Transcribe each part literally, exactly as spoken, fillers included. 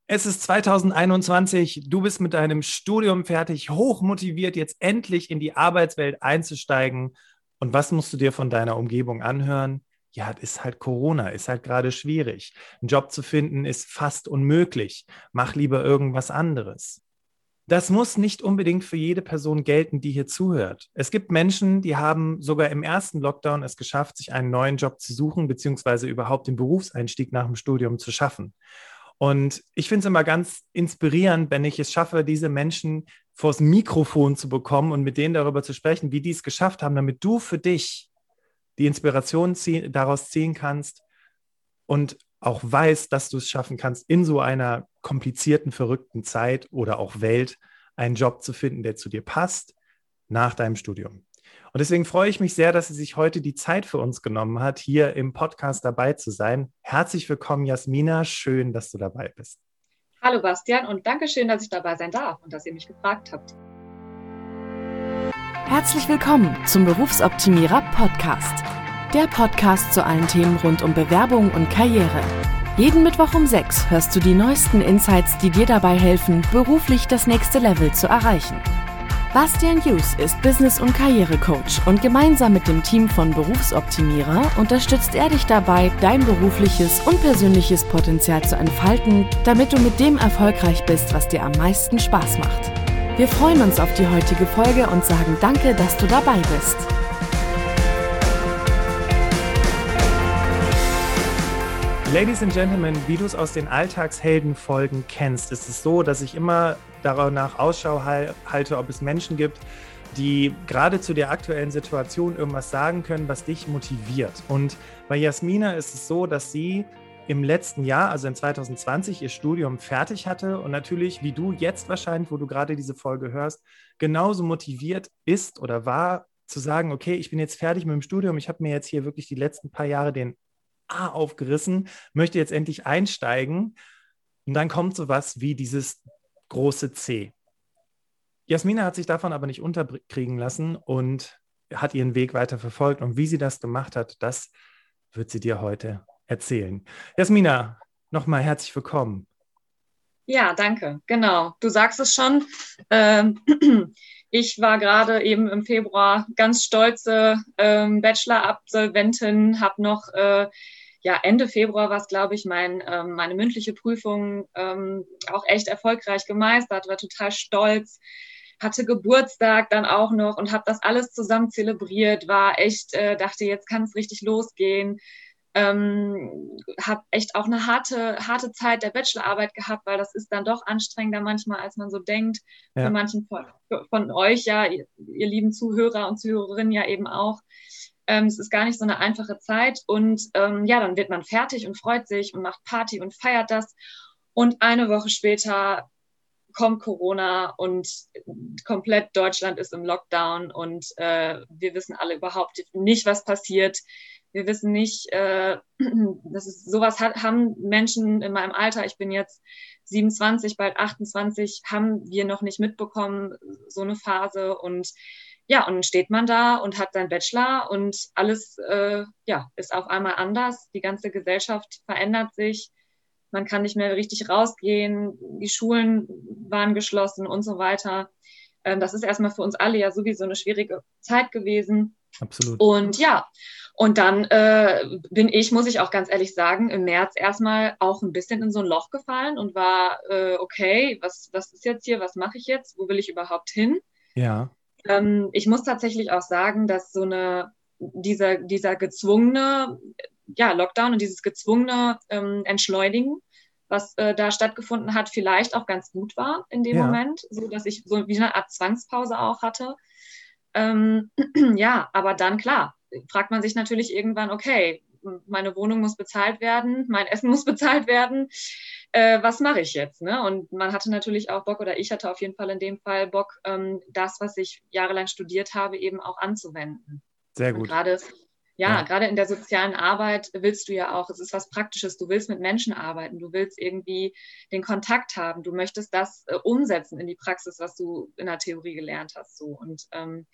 Es ist zwanzig einundzwanzig, du bist mit deinem Studium fertig, hochmotiviert, jetzt endlich in die Arbeitswelt einzusteigen. Und was musst du dir von deiner Umgebung anhören? Ja, es ist halt Corona, ist halt gerade schwierig. Einen Job zu finden ist fast unmöglich. Mach lieber irgendwas anderes. Das muss nicht unbedingt für jede Person gelten, die hier zuhört. Es gibt Menschen, die haben sogar im ersten Lockdown es geschafft, sich einen neuen Job zu suchen, beziehungsweise überhaupt den Berufseinstieg nach dem Studium zu schaffen. Und ich finde es immer ganz inspirierend, wenn ich es schaffe, diese Menschen vors Mikrofon zu bekommen und mit denen darüber zu sprechen, wie die es geschafft haben, damit du für dich die Inspiration zieh- daraus ziehen kannst und auch weißt, dass du es schaffen kannst, in so einer komplizierten, verrückten Zeit oder auch Welt einen Job zu finden, der zu dir passt nach deinem Studium. Und deswegen freue ich mich sehr, dass sie sich heute die Zeit für uns genommen hat, hier im Podcast dabei zu sein. Herzlich willkommen, Jasmina. Schön, dass du dabei bist. Hallo Bastian und danke schön, dass ich dabei sein darf und dass ihr mich gefragt habt. Herzlich willkommen zum Berufsoptimierer Podcast. Der Podcast zu allen Themen rund um Bewerbung und Karriere. Jeden Mittwoch um sechs hörst du die neuesten Insights, die dir dabei helfen, beruflich das nächste Level zu erreichen. Bastian Hughes ist Business- und Karrierecoach und gemeinsam mit dem Team von Berufsoptimierer unterstützt er dich dabei, dein berufliches und persönliches Potenzial zu entfalten, damit du mit dem erfolgreich bist, was dir am meisten Spaß macht. Wir freuen uns auf die heutige Folge und sagen danke, dass du dabei bist. Ladies and Gentlemen, wie du es aus den Alltagsheldenfolgen kennst, ist es so, dass ich immer danach Ausschau halte, ob es Menschen gibt, die gerade zu der aktuellen Situation irgendwas sagen können, was dich motiviert. Und bei Jasmina ist es so, dass sie im letzten Jahr, also in zwanzig zwanzig, ihr Studium fertig hatte und natürlich, wie du jetzt wahrscheinlich, wo du gerade diese Folge hörst, genauso motiviert ist oder war, zu sagen, okay, ich bin jetzt fertig mit dem Studium, ich habe mir jetzt hier wirklich die letzten paar Jahre den A aufgerissen, möchte jetzt endlich einsteigen und dann kommt sowas wie dieses große C. Jasmina hat sich davon aber nicht unterkriegen lassen und hat ihren Weg weiter verfolgt und wie sie das gemacht hat, das wird sie dir heute erzählen. Jasmina, nochmal herzlich willkommen. Ja, danke. Genau, du sagst es schon. Ähm, ich war gerade eben im Februar ganz stolze ähm, Bachelor-Absolventin, habe noch äh, ja, Ende Februar war es, glaube ich, mein, ähm, meine mündliche Prüfung ähm, auch echt erfolgreich gemeistert, war total stolz, hatte Geburtstag dann auch noch und habe das alles zusammen zelebriert, war echt, äh, dachte, jetzt kann es richtig losgehen. Ähm, habe echt auch eine harte, harte Zeit der Bachelorarbeit gehabt, weil das ist dann doch anstrengender manchmal, als man so denkt. Ja. Für manchen von, von euch, ja, ihr, ihr lieben Zuhörer und Zuhörerinnen ja eben auch. Ähm, es ist gar nicht so eine einfache Zeit und ähm, ja, dann wird man fertig und freut sich und macht Party und feiert das. Und eine Woche später kommt Corona und komplett Deutschland ist im Lockdown und äh, wir wissen alle überhaupt nicht, was passiert. Wir wissen nicht, äh, das ist, sowas hat, haben Menschen in meinem Alter, ich bin jetzt siebenundzwanzig, bald achtundzwanzig, haben wir noch nicht mitbekommen, so eine Phase. Und ja, und dann steht man da und hat seinen Bachelor und alles äh, ja, ist auf einmal anders. Die ganze Gesellschaft verändert sich. Man kann nicht mehr richtig rausgehen. Die Schulen waren geschlossen und so weiter. Ähm, das ist erstmal für uns alle ja sowieso eine schwierige Zeit gewesen. Absolut. Und ja, und dann äh, bin ich, muss ich auch ganz ehrlich sagen, im März erstmal auch ein bisschen in so ein Loch gefallen und war, äh, okay, was, was ist jetzt hier, was mache ich jetzt, wo will ich überhaupt hin? Ja. Ähm, ich muss tatsächlich auch sagen, dass so eine, dieser, dieser gezwungene ja, Lockdown und dieses gezwungene ähm, Entschleunigen, was äh, da stattgefunden hat, vielleicht auch ganz gut war in dem Ja. Moment, so dass ich so wie eine Art Zwangspause auch hatte. Ähm, ja, aber dann klar, fragt man sich natürlich irgendwann, okay, meine Wohnung muss bezahlt werden, mein Essen muss bezahlt werden, äh, was mache ich jetzt? Ne? Und man hatte natürlich auch Bock, oder ich hatte auf jeden Fall in dem Fall Bock, ähm, das, was ich jahrelang studiert habe, eben auch anzuwenden. Sehr Und gut. gerade Ja, Ja. gerade in der sozialen Arbeit willst du ja auch, es ist was Praktisches, du willst mit Menschen arbeiten, du willst irgendwie den Kontakt haben, du möchtest das äh, umsetzen in die Praxis, was du in der Theorie gelernt hast. So. Und ähm,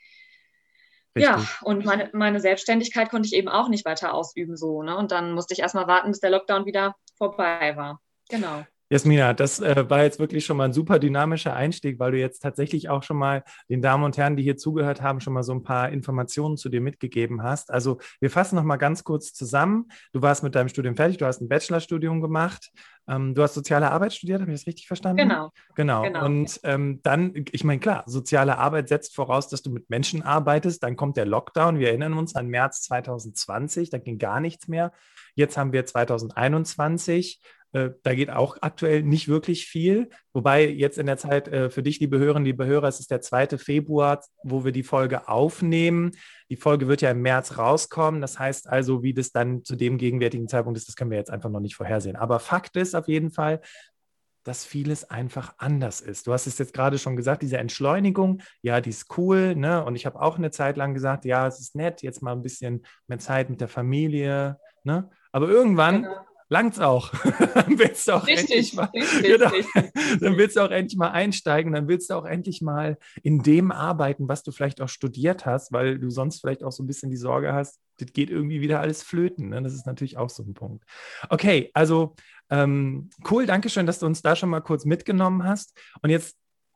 ja, Richtig. und meine, meine Selbstständigkeit konnte ich eben auch nicht weiter ausüben so. Ne? Und dann musste ich erstmal warten, bis der Lockdown wieder vorbei war. Genau. Jasmina, das äh, war jetzt wirklich schon mal ein super dynamischer Einstieg, weil du jetzt tatsächlich auch schon mal den Damen und Herren, die hier zugehört haben, schon mal so ein paar Informationen zu dir mitgegeben hast. Also wir fassen noch mal ganz kurz zusammen. Du warst mit deinem Studium fertig, du hast ein Bachelorstudium gemacht, ähm, du hast soziale Arbeit studiert, habe ich das richtig verstanden? Genau. Genau. genau. Und ähm, dann, ich meine, klar, soziale Arbeit setzt voraus, dass du mit Menschen arbeitest. Dann kommt der Lockdown. Wir erinnern uns an März zwanzig zwanzig, da ging gar nichts mehr. Jetzt haben wir zwanzig einundzwanzig. Da geht auch aktuell nicht wirklich viel. Wobei jetzt in der Zeit äh, für dich, liebe Hörerinnen, liebe Hörer, es ist der zweite Februar, wo wir die Folge aufnehmen. Die Folge wird ja im März rauskommen. Das heißt also, wie das dann zu dem gegenwärtigen Zeitpunkt ist, das können wir jetzt einfach noch nicht vorhersehen. Aber Fakt ist auf jeden Fall, dass vieles einfach anders ist. Du hast es jetzt gerade schon gesagt, diese Entschleunigung, ja, die ist cool, ne? Und ich habe auch eine Zeit lang gesagt, ja, es ist nett, jetzt mal ein bisschen mehr Zeit mit der Familie, ne? Aber irgendwann genau. langt's auch. Dann willst du auch richtig, endlich mal, richtig, genau, richtig. dann willst du auch endlich mal einsteigen, dann willst du auch endlich mal in dem arbeiten, was du vielleicht auch studiert hast, weil du sonst vielleicht auch so ein bisschen die Sorge hast, das geht irgendwie wieder alles flöten. Ne? Das ist natürlich auch so ein Punkt. Okay, also ähm, cool, danke schön, dass du uns da schon mal kurz mitgenommen hast. Und jetzt,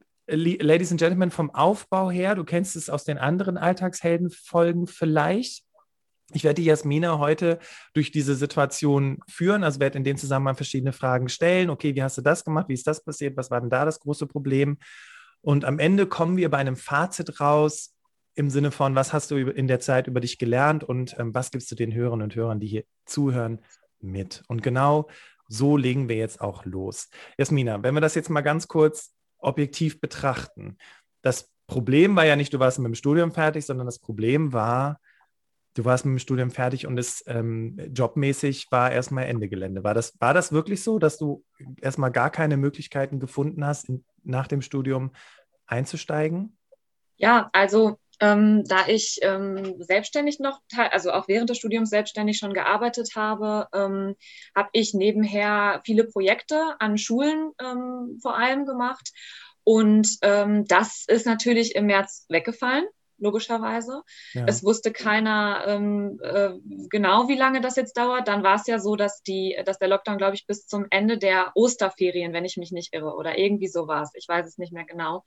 Ladies and Gentlemen, vom Aufbau her, du kennst es aus den anderen Alltagsheldenfolgen vielleicht. Ich werde die Jasmina heute durch diese Situation führen, also werde in dem Zusammenhang verschiedene Fragen stellen. Okay, wie hast du das gemacht? Wie ist das passiert? Was war denn da das große Problem? Und am Ende kommen wir bei einem Fazit raus im Sinne von, was hast du in der Zeit über dich gelernt und ähm, was gibst du den Hörerinnen und Hörern, die hier zuhören, mit? Und genau so legen wir jetzt auch los. Jasmina, wenn wir das jetzt mal ganz kurz objektiv betrachten. Das Problem war ja nicht, du warst mit dem Studium fertig, sondern das Problem war, du warst mit dem Studium fertig und es ähm, jobmäßig war erstmal Ende Gelände. War das, war das wirklich so, dass du erstmal gar keine Möglichkeiten gefunden hast, in, nach dem Studium einzusteigen? Ja, also ähm, da ich ähm, selbstständig noch, also auch während des Studiums selbstständig schon gearbeitet habe, ähm, habe ich nebenher viele Projekte an Schulen ähm, vor allem gemacht. Und ähm, das ist natürlich im März weggefallen. Logischerweise. Ja. Es wusste keiner ähm, äh, genau, wie lange das jetzt dauert. Dann war es ja so, dass die, dass der Lockdown, glaube ich, bis zum Ende der Osterferien, wenn ich mich nicht irre, oder irgendwie so war es. Ich weiß es nicht mehr genau.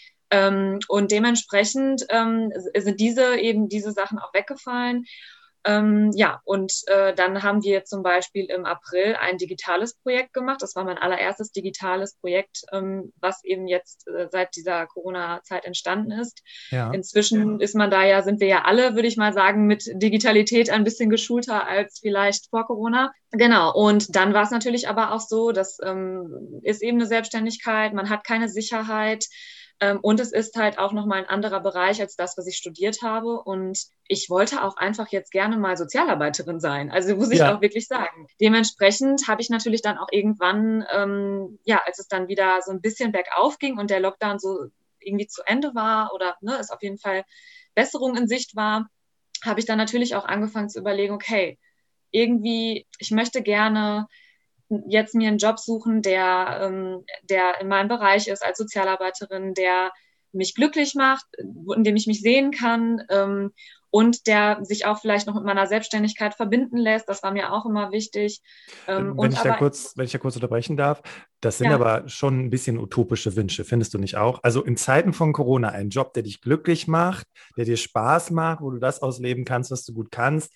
Ähm, und dementsprechend ähm, sind diese eben diese Sachen auch weggefallen. Ähm, ja, und äh, dann haben wir zum Beispiel im April ein digitales Projekt gemacht. Das war mein allererstes digitales Projekt, ähm, was eben jetzt äh, seit dieser Corona-Zeit entstanden ist. Ja. Inzwischen ist man da ja, sind wir ja alle, würde ich mal sagen, mit Digitalität ein bisschen geschulter als vielleicht vor Corona. Genau. Und dann war es natürlich aber auch so, das ähm, ist eben eine Selbstständigkeit, man hat keine Sicherheit. Und es ist halt auch nochmal ein anderer Bereich als das, was ich studiert habe. Und ich wollte auch einfach jetzt gerne mal Sozialarbeiterin sein. Also muss ich ja. auch wirklich sagen. Dementsprechend habe ich natürlich dann auch irgendwann, ähm, ja, als es dann wieder so ein bisschen bergauf ging und der Lockdown so irgendwie zu Ende war oder ne, es auf jeden Fall Besserung in Sicht war, habe ich dann natürlich auch angefangen zu überlegen, okay, irgendwie, ich möchte gerne jetzt mir einen Job suchen, der, ähm, der in meinem Bereich ist als Sozialarbeiterin, der mich glücklich macht, in dem ich mich sehen kann ähm, und der sich auch vielleicht noch mit meiner Selbstständigkeit verbinden lässt. Das war mir auch immer wichtig. Ähm, wenn, und ich aber, da kurz, wenn ich da kurz unterbrechen darf, das sind ja. aber schon ein bisschen utopische Wünsche, findest du nicht auch? Also in Zeiten von Corona einen Job, der dich glücklich macht, der dir Spaß macht, wo du das ausleben kannst, was du gut kannst.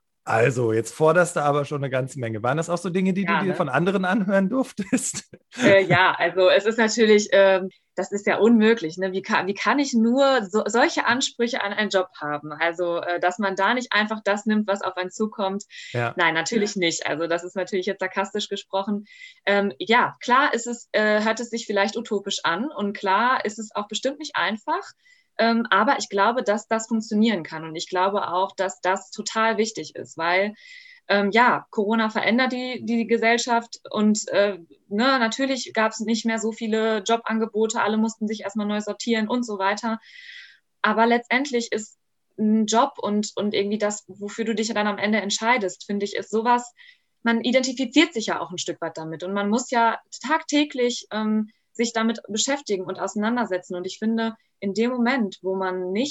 Also, jetzt forderst du aber schon eine ganze Menge. Waren das auch so Dinge, die ja, du dir ne? von anderen anhören durftest? Äh, ja, also es ist natürlich, ähm, das ist ja unmöglich. Ne? Wie, kann, wie kann ich nur so, solche Ansprüche an einen Job haben? Also, äh, dass man da nicht einfach das nimmt, was auf einen zukommt. Ja. Nein, natürlich nicht. Also, das ist natürlich jetzt sarkastisch gesprochen. Ähm, ja, klar ist es, äh, hört es sich vielleicht utopisch an und klar ist es auch bestimmt nicht einfach. Ähm, aber ich glaube, dass das funktionieren kann und ich glaube auch, dass das total wichtig ist, weil ähm, ja, Corona verändert die, die Gesellschaft und äh, ne, natürlich gab es nicht mehr so viele Jobangebote, alle mussten sich erstmal neu sortieren und so weiter. Aber letztendlich ist ein Job und, und irgendwie das, wofür du dich dann am Ende entscheidest, finde ich, ist sowas, man identifiziert sich ja auch ein Stück weit damit und man muss ja tagtäglich ähm, sich damit beschäftigen und auseinandersetzen und ich finde, in dem Moment, wo man nicht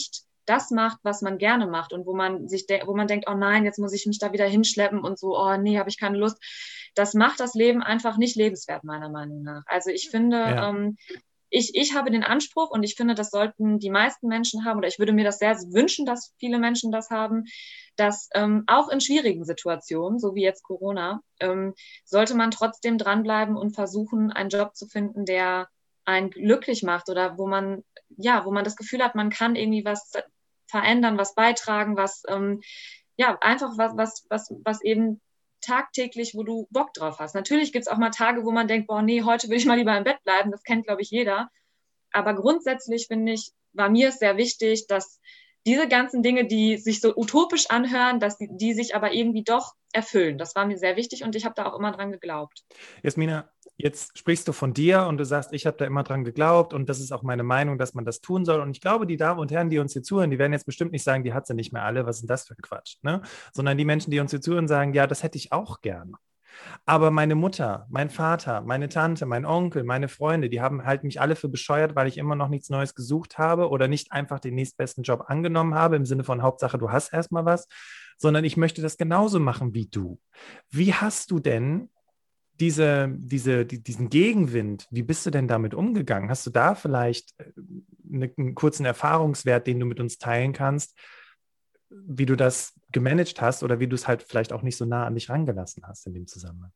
das macht, was man gerne macht und wo man sich, de- wo man denkt, oh nein, jetzt muss ich mich da wieder hinschleppen und so, oh nee, habe ich keine Lust. Das macht das Leben einfach nicht lebenswert, meiner Meinung nach. Also ich finde, Ja. ähm, ich, ich habe den Anspruch und ich finde, das sollten die meisten Menschen haben oder ich würde mir das sehr wünschen, dass viele Menschen das haben, dass ähm, auch in schwierigen Situationen, so wie jetzt Corona, ähm, sollte man trotzdem dranbleiben und versuchen, einen Job zu finden, der einen glücklich macht oder wo man, ja, wo man das Gefühl hat, man kann irgendwie was verändern, was beitragen, was, ähm, ja, einfach was, was, was, was eben tagtäglich, wo du Bock drauf hast. Natürlich gibt es auch mal Tage, wo man denkt, boah, nee, heute will ich mal lieber im Bett bleiben. Das kennt, glaube ich, jeder. Aber grundsätzlich, finde ich, war mir es sehr wichtig, dass diese ganzen Dinge, die sich so utopisch anhören, dass die, die sich aber irgendwie doch erfüllen. Das war mir sehr wichtig und ich habe da auch immer dran geglaubt. Jasmina, jetzt sprichst du von dir und du sagst, ich habe da immer dran geglaubt und das ist auch meine Meinung, dass man das tun soll. Und ich glaube, die Damen und Herren, die uns hier zuhören, die werden jetzt bestimmt nicht sagen, die hat sie nicht mehr alle, was ist denn das für ein Quatsch, ne? Sondern die Menschen, die uns hier zuhören, sagen, ja, das hätte ich auch gern. Aber meine Mutter, mein Vater, meine Tante, mein Onkel, meine Freunde, die haben halt mich alle für bescheuert, weil ich immer noch nichts Neues gesucht habe oder nicht einfach den nächstbesten Job angenommen habe, im Sinne von Hauptsache, du hast erstmal was, sondern ich möchte das genauso machen wie du. Wie hast du denn diese, diese, die, diesen Gegenwind, wie bist du denn damit umgegangen? Hast du da vielleicht eine, einen kurzen Erfahrungswert, den du mit uns teilen kannst, wie du das gemanagt hast oder wie du es halt vielleicht auch nicht so nah an dich rangelassen hast in dem Zusammenhang?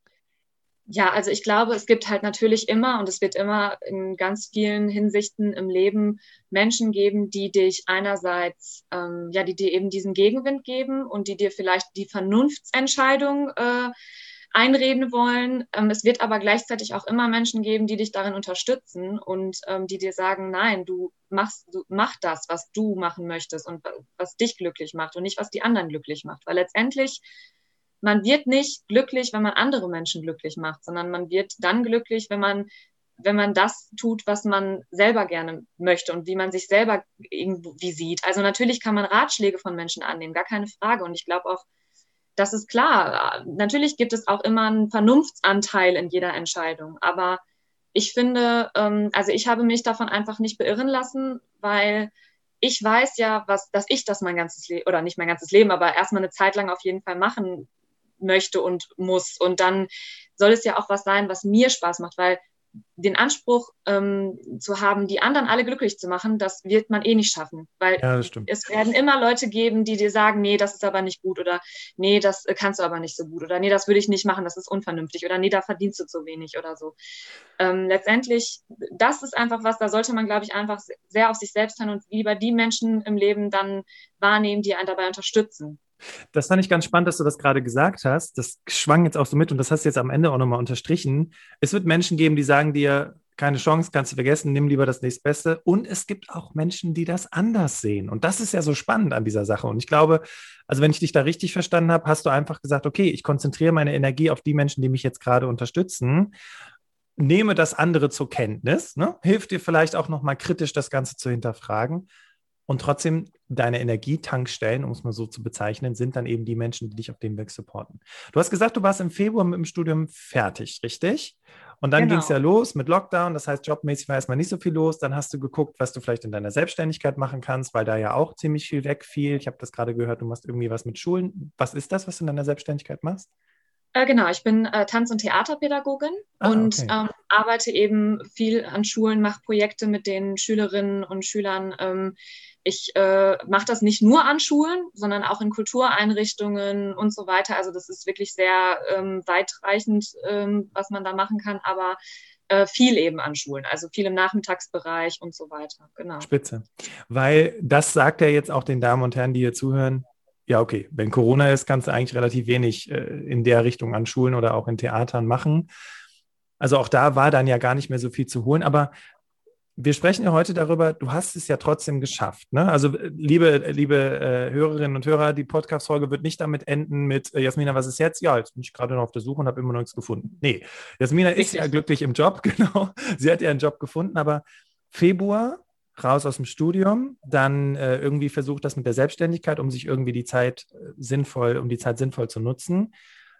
Ja, also ich glaube, es gibt halt natürlich immer und es wird immer in ganz vielen Hinsichten im Leben Menschen geben, die dich einerseits, ähm, ja, die dir eben diesen Gegenwind geben und die dir vielleicht die Vernunftsentscheidung äh, einreden wollen. Ähm, es wird aber gleichzeitig auch immer Menschen geben, die dich darin unterstützen und ähm, die dir sagen, nein, du machst, du mach das, was du machen möchtest und was dich glücklich macht und nicht, was die anderen glücklich macht. Weil letztendlich, man wird nicht glücklich, wenn man andere Menschen glücklich macht, sondern man wird dann glücklich, wenn man, wenn man das tut, was man selber gerne möchte und wie man sich selber irgendwie sieht. Also natürlich kann man Ratschläge von Menschen annehmen, gar keine Frage. Und ich glaube auch, das ist klar. Natürlich gibt es auch immer einen Vernunftsanteil in jeder Entscheidung. Aber ich finde, ähm, also ich habe mich davon einfach nicht beirren lassen, weil ich weiß ja, was, dass ich das mein ganzes Leben, oder nicht mein ganzes Leben, aber erstmal eine Zeit lang auf jeden Fall machen möchte und muss. Und dann soll es ja auch was sein, was mir Spaß macht, weil den Anspruch ähm, zu haben, die anderen alle glücklich zu machen, das wird man eh nicht schaffen, weil ja, das stimmt. Es werden immer Leute geben, die dir sagen, nee, das ist aber nicht gut oder nee, das kannst du aber nicht so gut oder nee, das würde ich nicht machen, das ist unvernünftig oder nee, da verdienst du zu wenig oder so. Ähm, letztendlich, das ist einfach was, da sollte man, glaube ich, einfach sehr auf sich selbst hören und lieber die Menschen im Leben dann wahrnehmen, die einen dabei unterstützen. Das fand ich ganz spannend, dass du das gerade gesagt hast. Das schwang jetzt auch so mit und das hast du jetzt am Ende auch nochmal unterstrichen. Es wird Menschen geben, die sagen dir, keine Chance, kannst du vergessen, nimm lieber das nächstbeste. Und es gibt auch Menschen, die das anders sehen. Und das ist ja so spannend an dieser Sache. Und ich glaube, also wenn ich dich da richtig verstanden habe, hast du einfach gesagt, okay, ich konzentriere meine Energie auf die Menschen, die mich jetzt gerade unterstützen, nehme das andere zur Kenntnis, ne? Hilft dir vielleicht auch nochmal kritisch das Ganze zu hinterfragen. Und trotzdem, deine Energietankstellen, um es mal so zu bezeichnen, sind dann eben die Menschen, die dich auf dem Weg supporten. Du hast gesagt, du warst im Februar mit dem Studium fertig, richtig? Und dann Genau. ging es ja los mit Lockdown, das heißt, jobmäßig war erstmal nicht so viel los. Dann hast du geguckt, was du vielleicht in deiner Selbstständigkeit machen kannst, weil da ja auch ziemlich viel wegfiel. Ich habe das gerade gehört, du machst irgendwie was mit Schulen. Was ist das, was du in deiner Selbstständigkeit machst? Äh, genau, ich bin äh, Tanz- und Theaterpädagogin Ah, und okay. ähm, arbeite eben viel an Schulen, mache Projekte mit den Schülerinnen und Schülern. Ähm, ich äh, mache das nicht nur an Schulen, sondern auch in Kultureinrichtungen und so weiter. Also das ist wirklich sehr ähm, weitreichend, ähm, was man da machen kann, aber äh, viel eben an Schulen, also viel im Nachmittagsbereich und so weiter. Genau. Spitze. Weil das sagt ja jetzt auch den Damen und Herren, die hier zuhören, ja, okay, wenn Corona ist, kannst du eigentlich relativ wenig äh, in der Richtung an Schulen oder auch in Theatern machen. Also auch da war dann ja gar nicht mehr so viel zu holen. Aber wir sprechen ja heute darüber, du hast es ja trotzdem geschafft. Ne? Also liebe, liebe äh, Hörerinnen und Hörer, die Podcast-Folge wird nicht damit enden mit äh, Jasmina, was ist jetzt? Ja, jetzt bin ich gerade noch auf der Suche und habe immer noch nichts gefunden. Nee, Jasmina ist Richtig. ja glücklich im Job, genau. Sie hat ja einen Job gefunden, aber Februar raus aus dem Studium, dann äh, irgendwie versucht das mit der Selbstständigkeit, um sich irgendwie die Zeit äh, sinnvoll, um die Zeit sinnvoll zu nutzen.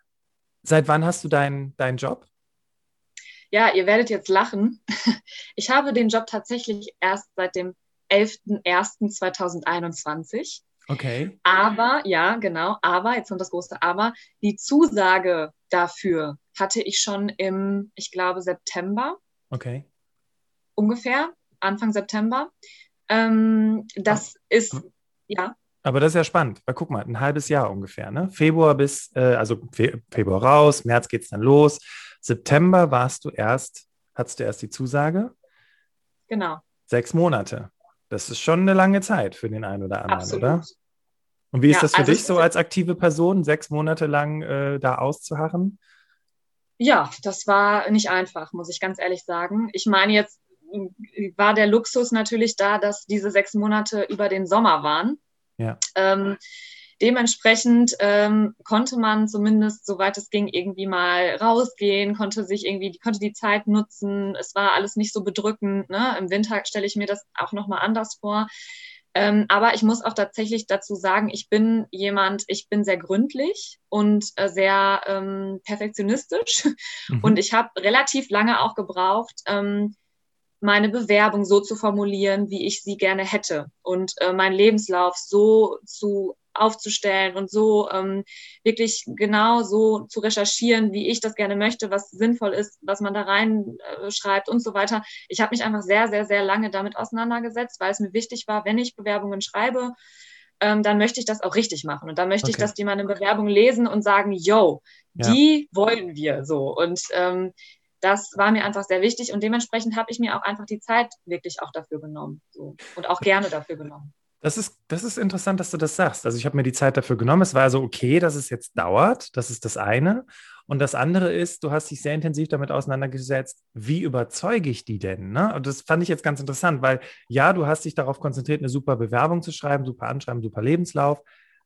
Seit wann hast du deinen deinen Job? Ja, ihr werdet jetzt lachen. Ich habe den Job tatsächlich erst seit dem elften ersten zweitausendeinundzwanzig. Okay. Aber, ja, genau, aber, jetzt kommt das große Aber, die Zusage dafür hatte ich schon im, ich glaube, September. Okay. Ungefähr, Anfang September. Ähm, das aber, ist, ja. Aber das ist ja spannend, weil guck mal, ein halbes Jahr ungefähr, ne? Februar bis, äh, also Fe- Februar raus, März geht's dann los. September warst du erst, hattest du erst die Zusage? Genau. Sechs Monate. Das ist schon eine lange Zeit für den einen oder anderen, Absolut. oder? Und wie ist Ja, das für also dich es- so als aktive Person, sechs Monate lang äh, da auszuharren? Ja, das war nicht einfach, muss ich ganz ehrlich sagen. Ich meine, jetzt äh, war der Luxus natürlich da, dass diese sechs Monate über den Sommer waren. Ja. Ähm, dementsprechend ähm, konnte man zumindest, soweit es ging, irgendwie mal rausgehen, konnte sich irgendwie, konnte die Zeit nutzen. Es war alles nicht so bedrückend, ne? Im Winter stelle ich mir das auch nochmal anders vor. Ähm, aber ich muss auch tatsächlich dazu sagen, ich bin jemand, ich bin sehr gründlich und äh, sehr ähm, perfektionistisch. Mhm. Und ich habe relativ lange auch gebraucht, ähm, meine Bewerbung so zu formulieren, wie ich sie gerne hätte. Und äh, meinen Lebenslauf so zu aufzustellen und so ähm, wirklich genau so zu recherchieren, wie ich das gerne möchte, was sinnvoll ist, was man da reinschreibt äh, und so weiter. Ich habe mich einfach sehr, sehr, sehr lange damit auseinandergesetzt, weil es mir wichtig war, wenn ich Bewerbungen schreibe, ähm, dann möchte ich das auch richtig machen. Und dann möchte ich, Okay. dass die meine Bewerbung lesen und sagen, yo, Ja. die wollen wir so. Und ähm, das war mir einfach sehr wichtig und dementsprechend habe ich mir auch einfach die Zeit wirklich auch dafür genommen so. Und auch gerne dafür genommen. Das ist, das ist interessant, dass du das sagst. Also ich habe mir die Zeit dafür genommen. Es war also okay, dass es jetzt dauert. Das ist das eine. Und das andere ist, du hast dich sehr intensiv damit auseinandergesetzt, wie überzeuge ich die denn? Ne? Und das fand ich jetzt ganz interessant, weil ja, du hast dich darauf konzentriert, eine super Bewerbung zu schreiben, super Anschreiben, super Lebenslauf.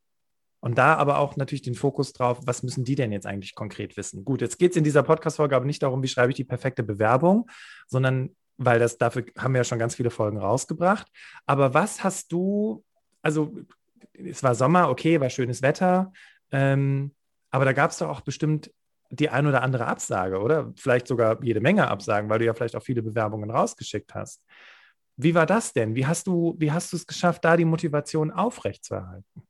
Und da aber auch natürlich den Fokus drauf, was müssen die denn jetzt eigentlich konkret wissen? Gut, jetzt geht es in dieser Podcast-Folge aber nicht darum, wie schreibe ich die perfekte Bewerbung, sondern weil das dafür haben wir ja schon ganz viele Folgen rausgebracht. Aber was hast du, also es war Sommer, okay, war schönes Wetter, ähm, aber da gab es doch auch bestimmt die ein oder andere Absage, oder? Vielleicht sogar jede Menge Absagen, weil du ja vielleicht auch viele Bewerbungen rausgeschickt hast. Wie war das denn? Wie hast du, wie hast du es geschafft, da die Motivation aufrechtzuerhalten?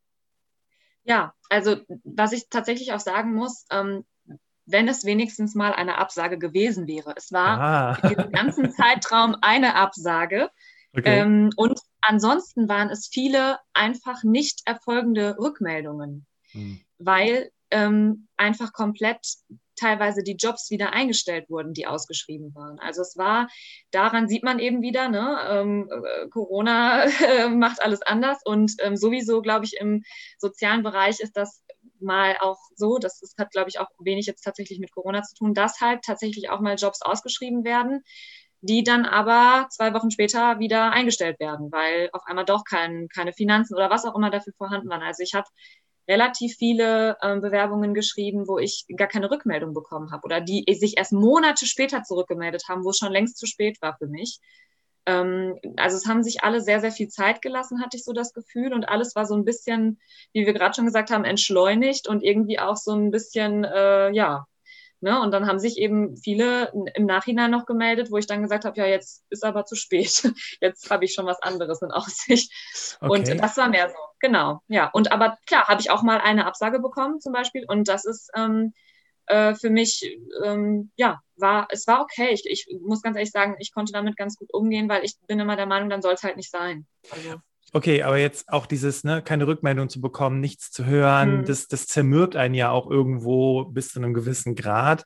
Ja, also was ich tatsächlich auch sagen muss, ähm, wenn es wenigstens mal eine Absage gewesen wäre. Es war Ah. in diesem ganzen Zeitraum eine Absage. Okay. Ähm, und ansonsten waren es viele einfach nicht erfolgende Rückmeldungen, hm. weil ähm, einfach komplett teilweise die Jobs wieder eingestellt wurden, die ausgeschrieben waren. Also es war, daran sieht man eben wieder, ne, ähm, äh, Corona äh, macht alles anders und ähm, sowieso, glaube ich, im sozialen Bereich ist das mal auch so, das, das hat, glaube ich, auch wenig jetzt tatsächlich mit Corona zu tun, dass halt tatsächlich auch mal Jobs ausgeschrieben werden, die dann aber zwei Wochen später wieder eingestellt werden, weil auf einmal doch kein, keine Finanzen oder was auch immer dafür vorhanden waren. Also ich habe relativ viele ähm, Bewerbungen geschrieben, wo ich gar keine Rückmeldung bekommen habe oder die sich erst Monate später zurückgemeldet haben, wo es schon längst zu spät war für mich. Ähm, also es haben sich alle sehr, sehr viel Zeit gelassen, hatte ich so das Gefühl und alles war so ein bisschen, wie wir gerade schon gesagt haben, entschleunigt und irgendwie auch so ein bisschen, äh, ja, ne? Und dann haben sich eben viele im Nachhinein noch gemeldet, wo ich dann gesagt habe, ja, jetzt ist aber zu spät. Jetzt habe ich schon was anderes in Aussicht. Okay. Und das war mehr so, genau. Ja, und aber klar, habe ich auch mal eine Absage bekommen zum Beispiel und das ist ähm, äh, für mich, ähm, ja, war, es war okay. Ich, ich muss ganz ehrlich sagen, ich konnte damit ganz gut umgehen, weil ich bin immer der Meinung, dann soll es halt nicht sein. Also okay, aber jetzt auch dieses, ne, keine Rückmeldung zu bekommen, nichts zu hören, hm. das, das zermürbt einen ja auch irgendwo bis zu einem gewissen Grad.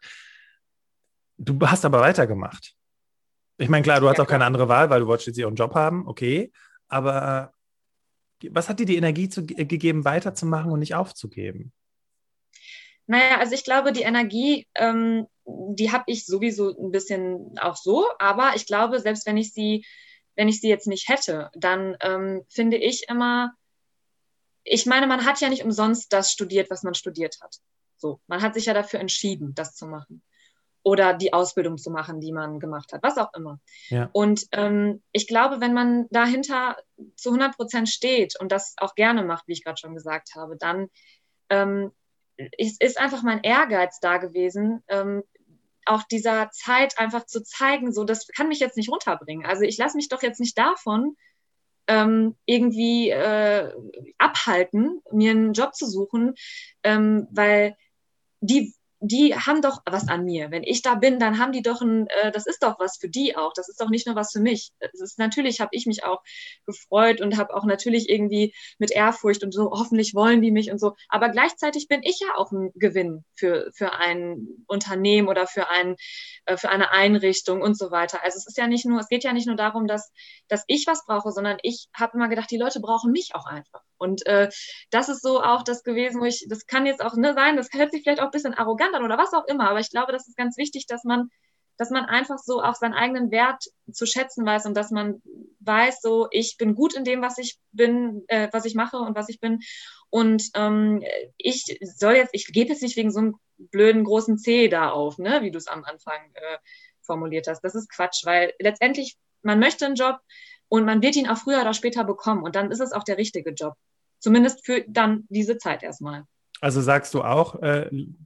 Du hast aber weitergemacht. Ich meine, klar, du hast ja, auch klar. keine andere Wahl, weil du wolltest jetzt auch einen Job haben, okay. Aber was hat dir die Energie zu, gegeben, weiterzumachen und nicht aufzugeben? Naja, also ich glaube, die Energie, ähm, die habe ich sowieso ein bisschen auch so. Aber ich glaube, selbst wenn ich sie wenn ich sie jetzt nicht hätte, dann ähm, finde ich immer, ich meine, man hat ja nicht umsonst das studiert, was man studiert hat. So, man hat sich ja dafür entschieden, das zu machen. Oder die Ausbildung zu machen, die man gemacht hat, was auch immer. Ja. Und ähm, ich glaube, wenn man dahinter zu hundert Prozent steht und das auch gerne macht, wie ich gerade schon gesagt habe, dann ähm, ist, ist einfach mein Ehrgeiz da gewesen, ähm, auch dieser Zeit einfach zu zeigen, so, das kann mich jetzt nicht runterbringen. Also ich lasse mich doch jetzt nicht davon ähm, irgendwie äh, abhalten, mir einen Job zu suchen, ähm, weil die die haben doch was an mir. Wenn ich da bin, dann haben die doch ein, äh, das ist doch was für die auch. Das ist doch nicht nur was für mich. Es ist natürlich, habe ich mich auch gefreut und habe auch natürlich irgendwie mit Ehrfurcht und so, hoffentlich wollen die mich und so. Aber gleichzeitig bin ich ja auch ein Gewinn für, für ein Unternehmen oder für ein, äh, für eine Einrichtung und so weiter. Also es ist ja nicht nur, es geht ja nicht nur darum, dass, dass ich was brauche, sondern ich habe immer gedacht, die Leute brauchen mich auch einfach. Und äh, das ist so auch das gewesen, wo ich, das kann jetzt auch ne, sein, das hört sich vielleicht auch ein bisschen arrogant an oder was auch immer, aber ich glaube, das ist ganz wichtig, dass man, dass man einfach so auch seinen eigenen Wert zu schätzen weiß und dass man weiß, so ich bin gut in dem, was ich bin, äh, was ich mache und was ich bin. Und ähm, ich soll jetzt, ich gebe jetzt nicht wegen so einem blöden großen C da auf, ne, wie du es am Anfang äh, formuliert hast. Das ist Quatsch, weil letztendlich, man möchte einen Job und man wird ihn auch früher oder später bekommen und dann ist es auch der richtige Job. Zumindest für dann diese Zeit erstmal. Also sagst du auch, äh,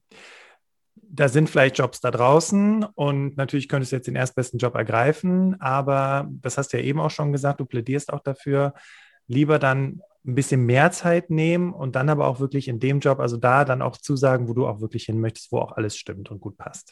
da sind vielleicht Jobs da draußen und natürlich könntest du jetzt den erstbesten Job ergreifen, aber das hast du ja eben auch schon gesagt, du plädierst auch dafür, lieber dann ein bisschen mehr Zeit nehmen und dann aber auch wirklich in dem Job, also da dann auch zusagen, wo du auch wirklich hin möchtest, wo auch alles stimmt und gut passt.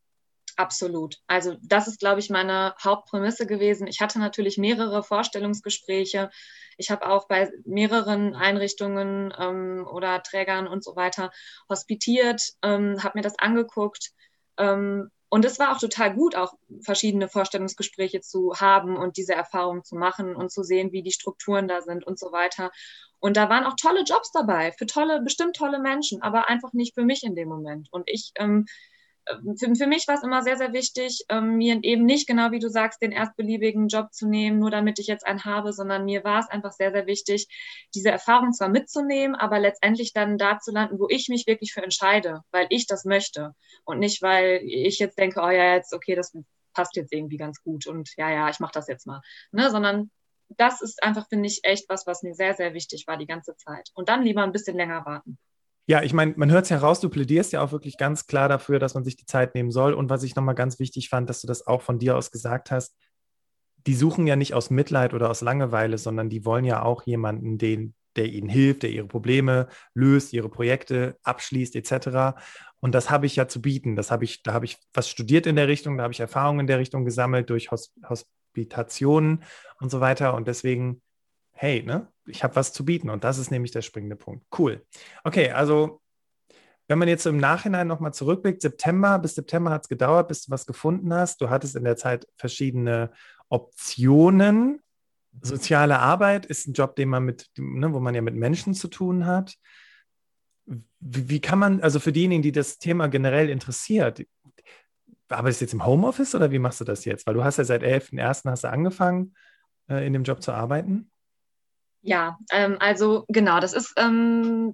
Absolut. Also das ist, glaube ich, meine Hauptprämisse gewesen. Ich hatte natürlich mehrere Vorstellungsgespräche. Ich habe auch bei mehreren Einrichtungen ähm, oder Trägern und so weiter hospitiert, ähm, habe mir das angeguckt. Ähm, und es war auch total gut, auch verschiedene Vorstellungsgespräche zu haben und diese Erfahrung zu machen und zu sehen, wie die Strukturen da sind und so weiter. Und da waren auch tolle Jobs dabei, für tolle, bestimmt tolle Menschen, aber einfach nicht für mich in dem Moment. Und ich ähm, Für, für mich war es immer sehr, sehr wichtig, ähm, mir eben nicht, genau wie du sagst, den erstbeliebigen Job zu nehmen, nur damit ich jetzt einen habe, sondern mir war es einfach sehr, sehr wichtig, diese Erfahrung zwar mitzunehmen, aber letztendlich dann da zu landen, wo ich mich wirklich für entscheide, weil ich das möchte und nicht, weil ich jetzt denke, oh ja, jetzt, okay, das passt jetzt irgendwie ganz gut und ja, ja, ich mache das jetzt mal, ne, sondern das ist einfach, finde ich, echt was, was mir sehr, sehr wichtig war die ganze Zeit. Und dann lieber ein bisschen länger warten. Ja, ich meine, man hört es heraus, du plädierst ja auch wirklich ganz klar dafür, dass man sich die Zeit nehmen soll. Und was ich nochmal ganz wichtig fand, dass du das auch von dir aus gesagt hast, die suchen ja nicht aus Mitleid oder aus Langeweile, sondern die wollen ja auch jemanden, den, der ihnen hilft, der ihre Probleme löst, ihre Projekte abschließt et cetera. Und das habe ich ja zu bieten. Das habe ich, da habe ich was studiert in der Richtung, da habe ich Erfahrungen in der Richtung gesammelt durch Hos- Hospitationen und so weiter. Und deswegen, hey, ne, ich habe was zu bieten. Und das ist nämlich der springende Punkt. Cool. Okay, also wenn man jetzt im Nachhinein nochmal zurückblickt, September, bis September hat es gedauert, bis du was gefunden hast. Du hattest in der Zeit verschiedene Optionen. Soziale Arbeit ist ein Job, den man mit, ne, wo man ja mit Menschen zu tun hat. Wie, wie kann man, also für diejenigen, die das Thema generell interessiert, arbeitest du jetzt im Homeoffice oder wie machst du das jetzt? Weil du hast ja seit elften ersten hast du angefangen, äh, in dem Job zu arbeiten. Ja, ähm, also genau, das ist, ähm,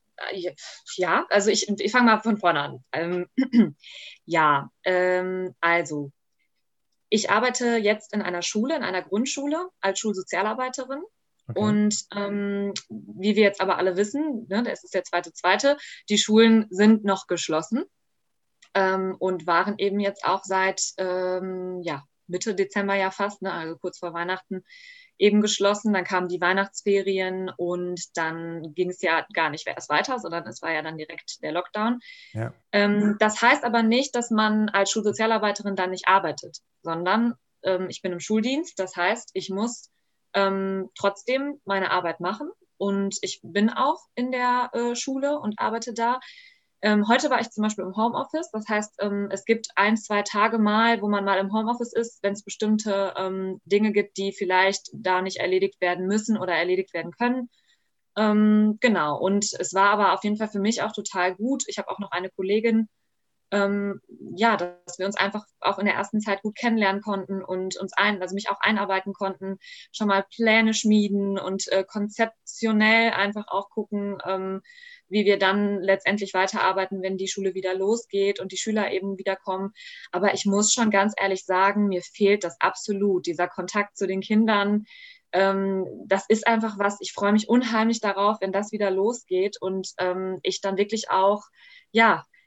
ja, also ich, ich fange mal von vorne an. Ähm, ja, ähm, also ich arbeite jetzt in einer Schule, in einer Grundschule als Schulsozialarbeiterin. Okay. Und ähm, wie wir jetzt aber alle wissen, ne, das ist der zweite, zweite, die Schulen sind noch geschlossen ähm, und waren eben jetzt auch seit ähm, ja, Mitte Dezember ja fast, ne, also kurz vor Weihnachten, eben geschlossen. Dann kamen die Weihnachtsferien und dann ging es ja gar nicht erst weiter, sondern es war ja dann direkt der Lockdown. Ja. Ähm, das heißt aber nicht, dass man als Schulsozialarbeiterin dann nicht arbeitet, sondern ähm, ich bin im Schuldienst. Das heißt, ich muss ähm, trotzdem meine Arbeit machen und ich bin auch in der äh, Schule und arbeite da. Ähm, heute war ich zum Beispiel im Homeoffice. Das heißt, ähm, es gibt ein, zwei Tage mal, wo man mal im Homeoffice ist, wenn es bestimmte ähm, Dinge gibt, die vielleicht da nicht erledigt werden müssen oder erledigt werden können. Ähm, genau. Und es war aber auf jeden Fall für mich auch total gut. Ich habe auch noch eine Kollegin, ähm, ja, dass wir uns einfach auch in der ersten Zeit gut kennenlernen konnten und uns ein, also mich auch einarbeiten konnten, schon mal Pläne schmieden und äh, konzeptionell einfach auch gucken, ähm, wie wir dann letztendlich weiterarbeiten, wenn die Schule wieder losgeht und die Schüler eben wiederkommen. Aber ich muss schon ganz ehrlich sagen, mir fehlt das absolut, dieser Kontakt zu den Kindern. Ähm, das ist einfach was, ich freue mich unheimlich darauf, wenn das wieder losgeht und ähm, ich dann wirklich auch, ja,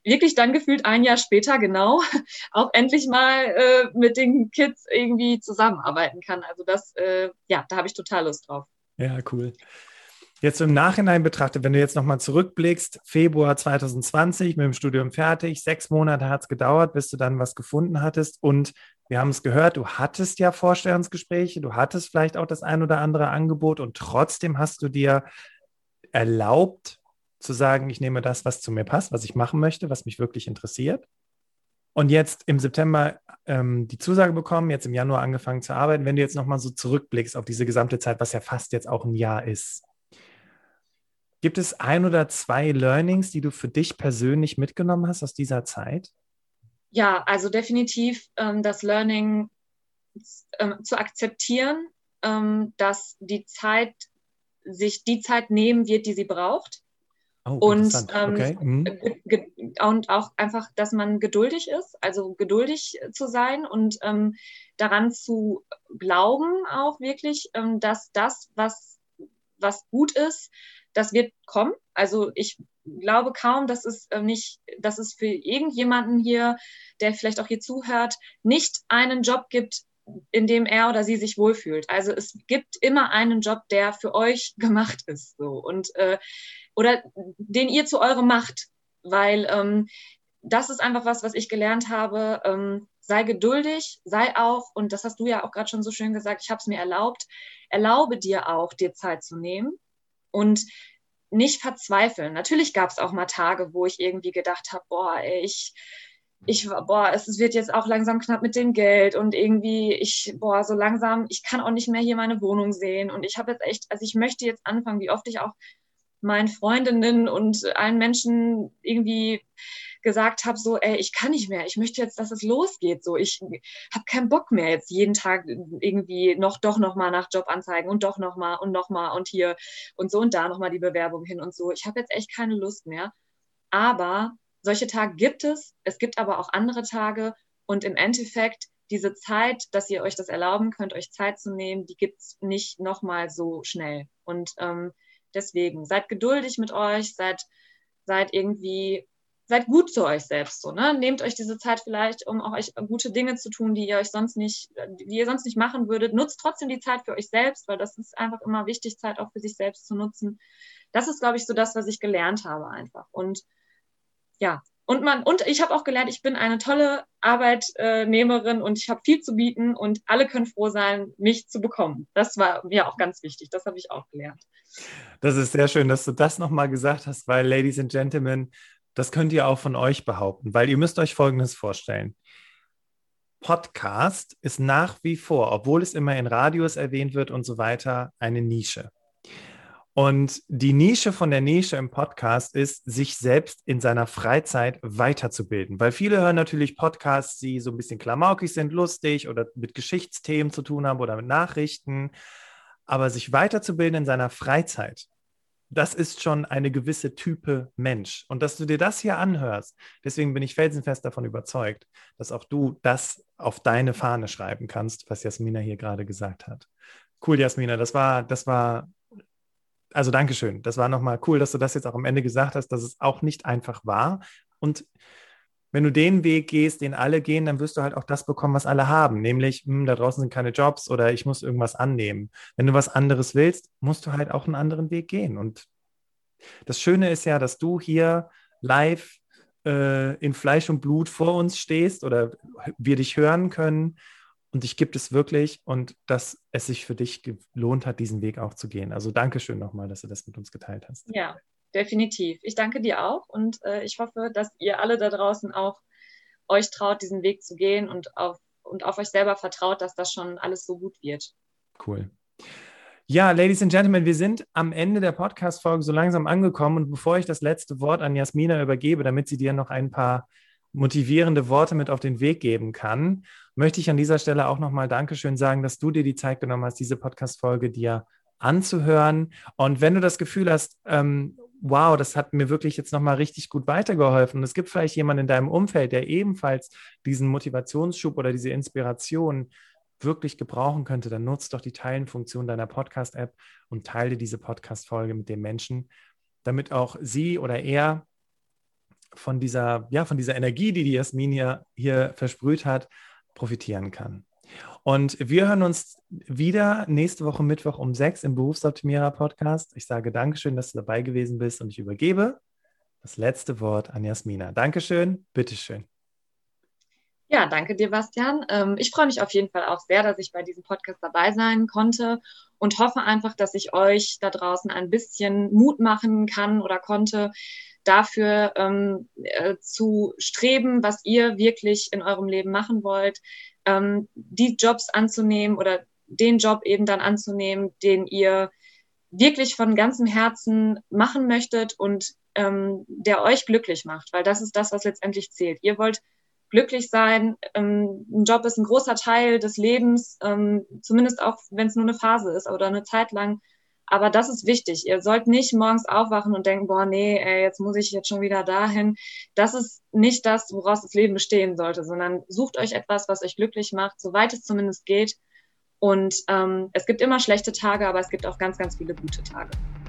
wirklich dann gefühlt ein Jahr später genau auch endlich mal äh, mit den Kids irgendwie zusammenarbeiten kann. Also das, äh, ja, da habe ich total Lust drauf. Ja, cool. Jetzt im Nachhinein betrachtet, wenn du jetzt nochmal zurückblickst, Februar zwanzig zwanzig mit dem Studium fertig, sechs Monate hat es gedauert, bis du dann was gefunden hattest und wir haben es gehört, du hattest ja Vorstellungsgespräche, du hattest vielleicht auch das ein oder andere Angebot und trotzdem hast du dir erlaubt zu sagen, ich nehme das, was zu mir passt, was ich machen möchte, was mich wirklich interessiert. Und jetzt im September ähm, die Zusage bekommen, jetzt im Januar angefangen zu arbeiten. Wenn du jetzt nochmal so zurückblickst auf diese gesamte Zeit, was ja fast jetzt auch ein Jahr ist, gibt es ein oder zwei Learnings, die du für dich persönlich mitgenommen hast aus dieser Zeit? Ja, also definitiv ähm, das Learning ähm, zu akzeptieren, ähm, dass die Zeit sich die Zeit nehmen wird, die sie braucht. Oh, und, interessant. ähm, Okay. Mhm. ge- ge- und auch einfach, dass man geduldig ist, also geduldig zu sein und ähm, daran zu glauben auch wirklich, ähm, dass das, was, was gut ist, das wird kommen. Also ich glaube kaum, dass es äh, nicht, dass es für irgendjemanden hier, der vielleicht auch hier zuhört, nicht einen Job gibt, in dem er oder sie sich wohlfühlt. Also es gibt immer einen Job, der für euch gemacht ist, so und äh, oder den ihr zu eurem macht, weil ähm, das ist einfach was, was ich gelernt habe. Ähm, sei geduldig, sei auch, und das hast du ja auch gerade schon so schön gesagt, ich habe es mir erlaubt, erlaube dir auch, dir Zeit zu nehmen und nicht verzweifeln. Natürlich gab es auch mal Tage, wo ich irgendwie gedacht habe, boah, ey, ich, ich, boah, es wird jetzt auch langsam knapp mit dem Geld und irgendwie, ich, boah, so langsam, ich kann auch nicht mehr hier meine Wohnung sehen und ich habe jetzt echt, also ich möchte jetzt anfangen, wie oft ich auch meinen Freundinnen und allen Menschen irgendwie gesagt habe, so, ey, ich kann nicht mehr, ich möchte jetzt, dass es losgeht, so, ich habe keinen Bock mehr jetzt jeden Tag irgendwie noch, doch nochmal nach Jobanzeigen und doch nochmal und nochmal und hier und so und da nochmal die Bewerbung hin und so. Ich habe jetzt echt keine Lust mehr, aber solche Tage gibt es, es gibt aber auch andere Tage und im Endeffekt diese Zeit, dass ihr euch das erlauben könnt, euch Zeit zu nehmen, die gibt es nicht nochmal so schnell und ähm, deswegen, seid geduldig mit euch, seid, seid irgendwie, seid gut zu euch selbst, so, ne? Nehmt euch diese Zeit vielleicht, um auch euch gute Dinge zu tun, die ihr euch sonst nicht, die ihr sonst nicht machen würdet. Nutzt trotzdem die Zeit für euch selbst, weil das ist einfach immer wichtig, Zeit auch für sich selbst zu nutzen. Das ist, glaube ich, so das, was ich gelernt habe einfach. Und ja, und man, und ich habe auch gelernt, ich bin eine tolle Arbeitnehmerin und ich habe viel zu bieten und alle können froh sein, mich zu bekommen. Das war mir auch ganz wichtig. Das habe ich auch gelernt. Das ist sehr schön, dass du das nochmal gesagt hast, weil, Ladies and Gentlemen, das könnt ihr auch von euch behaupten, weil ihr müsst euch Folgendes vorstellen. Podcast ist nach wie vor, obwohl es immer in Radios erwähnt wird und so weiter, eine Nische. Und die Nische von der Nische im Podcast ist, sich selbst in seiner Freizeit weiterzubilden. Weil viele hören natürlich Podcasts, die so ein bisschen klamaukig sind, lustig oder mit Geschichtsthemen zu tun haben oder mit Nachrichten. Aber sich weiterzubilden in seiner Freizeit, das ist schon eine gewisse Type Mensch. Und dass du dir das hier anhörst, deswegen bin ich felsenfest davon überzeugt, dass auch du das auf deine Fahne schreiben kannst, was Jasmina hier gerade gesagt hat. Cool, Jasmina, das war, das war... Also Dankeschön. Das war nochmal cool, dass du das jetzt auch am Ende gesagt hast, dass es auch nicht einfach war. Und wenn du den Weg gehst, den alle gehen, dann wirst du halt auch das bekommen, was alle haben. Nämlich, hm, da draußen sind keine Jobs oder ich muss irgendwas annehmen. Wenn du was anderes willst, musst du halt auch einen anderen Weg gehen. Und das Schöne ist ja, dass du hier live äh, in Fleisch und Blut vor uns stehst oder wir dich hören können. Und dich gibt es wirklich und dass es sich für dich gelohnt hat, diesen Weg auch zu gehen. Also Dankeschön nochmal, dass du das mit uns geteilt hast. Ja, definitiv. Ich danke dir auch und äh, ich hoffe, dass ihr alle da draußen auch euch traut, diesen Weg zu gehen und auf, und auf euch selber vertraut, dass das schon alles so gut wird. Cool. Ja, Ladies and Gentlemen, wir sind am Ende der Podcast-Folge so langsam angekommen und bevor ich das letzte Wort an Jasmina übergebe, damit sie dir noch ein paar motivierende Worte mit auf den Weg geben kann, möchte ich an dieser Stelle auch nochmal Dankeschön sagen, dass du dir die Zeit genommen hast, diese Podcast-Folge dir anzuhören. Und wenn du das Gefühl hast, ähm, wow, das hat mir wirklich jetzt nochmal richtig gut weitergeholfen und es gibt vielleicht jemanden in deinem Umfeld, der ebenfalls diesen Motivationsschub oder diese Inspiration wirklich gebrauchen könnte, dann nutzt doch die Teilen-Funktion deiner Podcast-App und teile diese Podcast-Folge mit dem Menschen, damit auch sie oder er von dieser, ja, von dieser Energie, die die Jasmin hier, hier versprüht hat, profitieren kann. Und wir hören uns wieder nächste Woche Mittwoch um sechs im Berufsoptimierer-Podcast. Ich sage Dankeschön, dass du dabei gewesen bist und ich übergebe das letzte Wort an Jasmina. Dankeschön, bitteschön. Ja, danke dir, Bastian. Ähm, ich freue mich auf jeden Fall auch sehr, dass ich bei diesem Podcast dabei sein konnte und hoffe einfach, dass ich euch da draußen ein bisschen Mut machen kann oder konnte, dafür ähm, äh, zu streben, was ihr wirklich in eurem Leben machen wollt, ähm, die Jobs anzunehmen oder den Job eben dann anzunehmen, den ihr wirklich von ganzem Herzen machen möchtet und ähm, der euch glücklich macht, weil das ist das, was letztendlich zählt. Ihr wollt glücklich sein. Ähm, ein Job ist ein großer Teil des Lebens, ähm, zumindest auch, wenn es nur eine Phase ist oder eine Zeit lang. Aber das ist wichtig. Ihr sollt nicht morgens aufwachen und denken, boah, nee, ey, jetzt muss ich jetzt schon wieder dahin. Das ist nicht das, woraus das Leben bestehen sollte, sondern sucht euch etwas, was euch glücklich macht, soweit es zumindest geht. Und ähm, es gibt immer schlechte Tage, aber es gibt auch ganz, ganz viele gute Tage.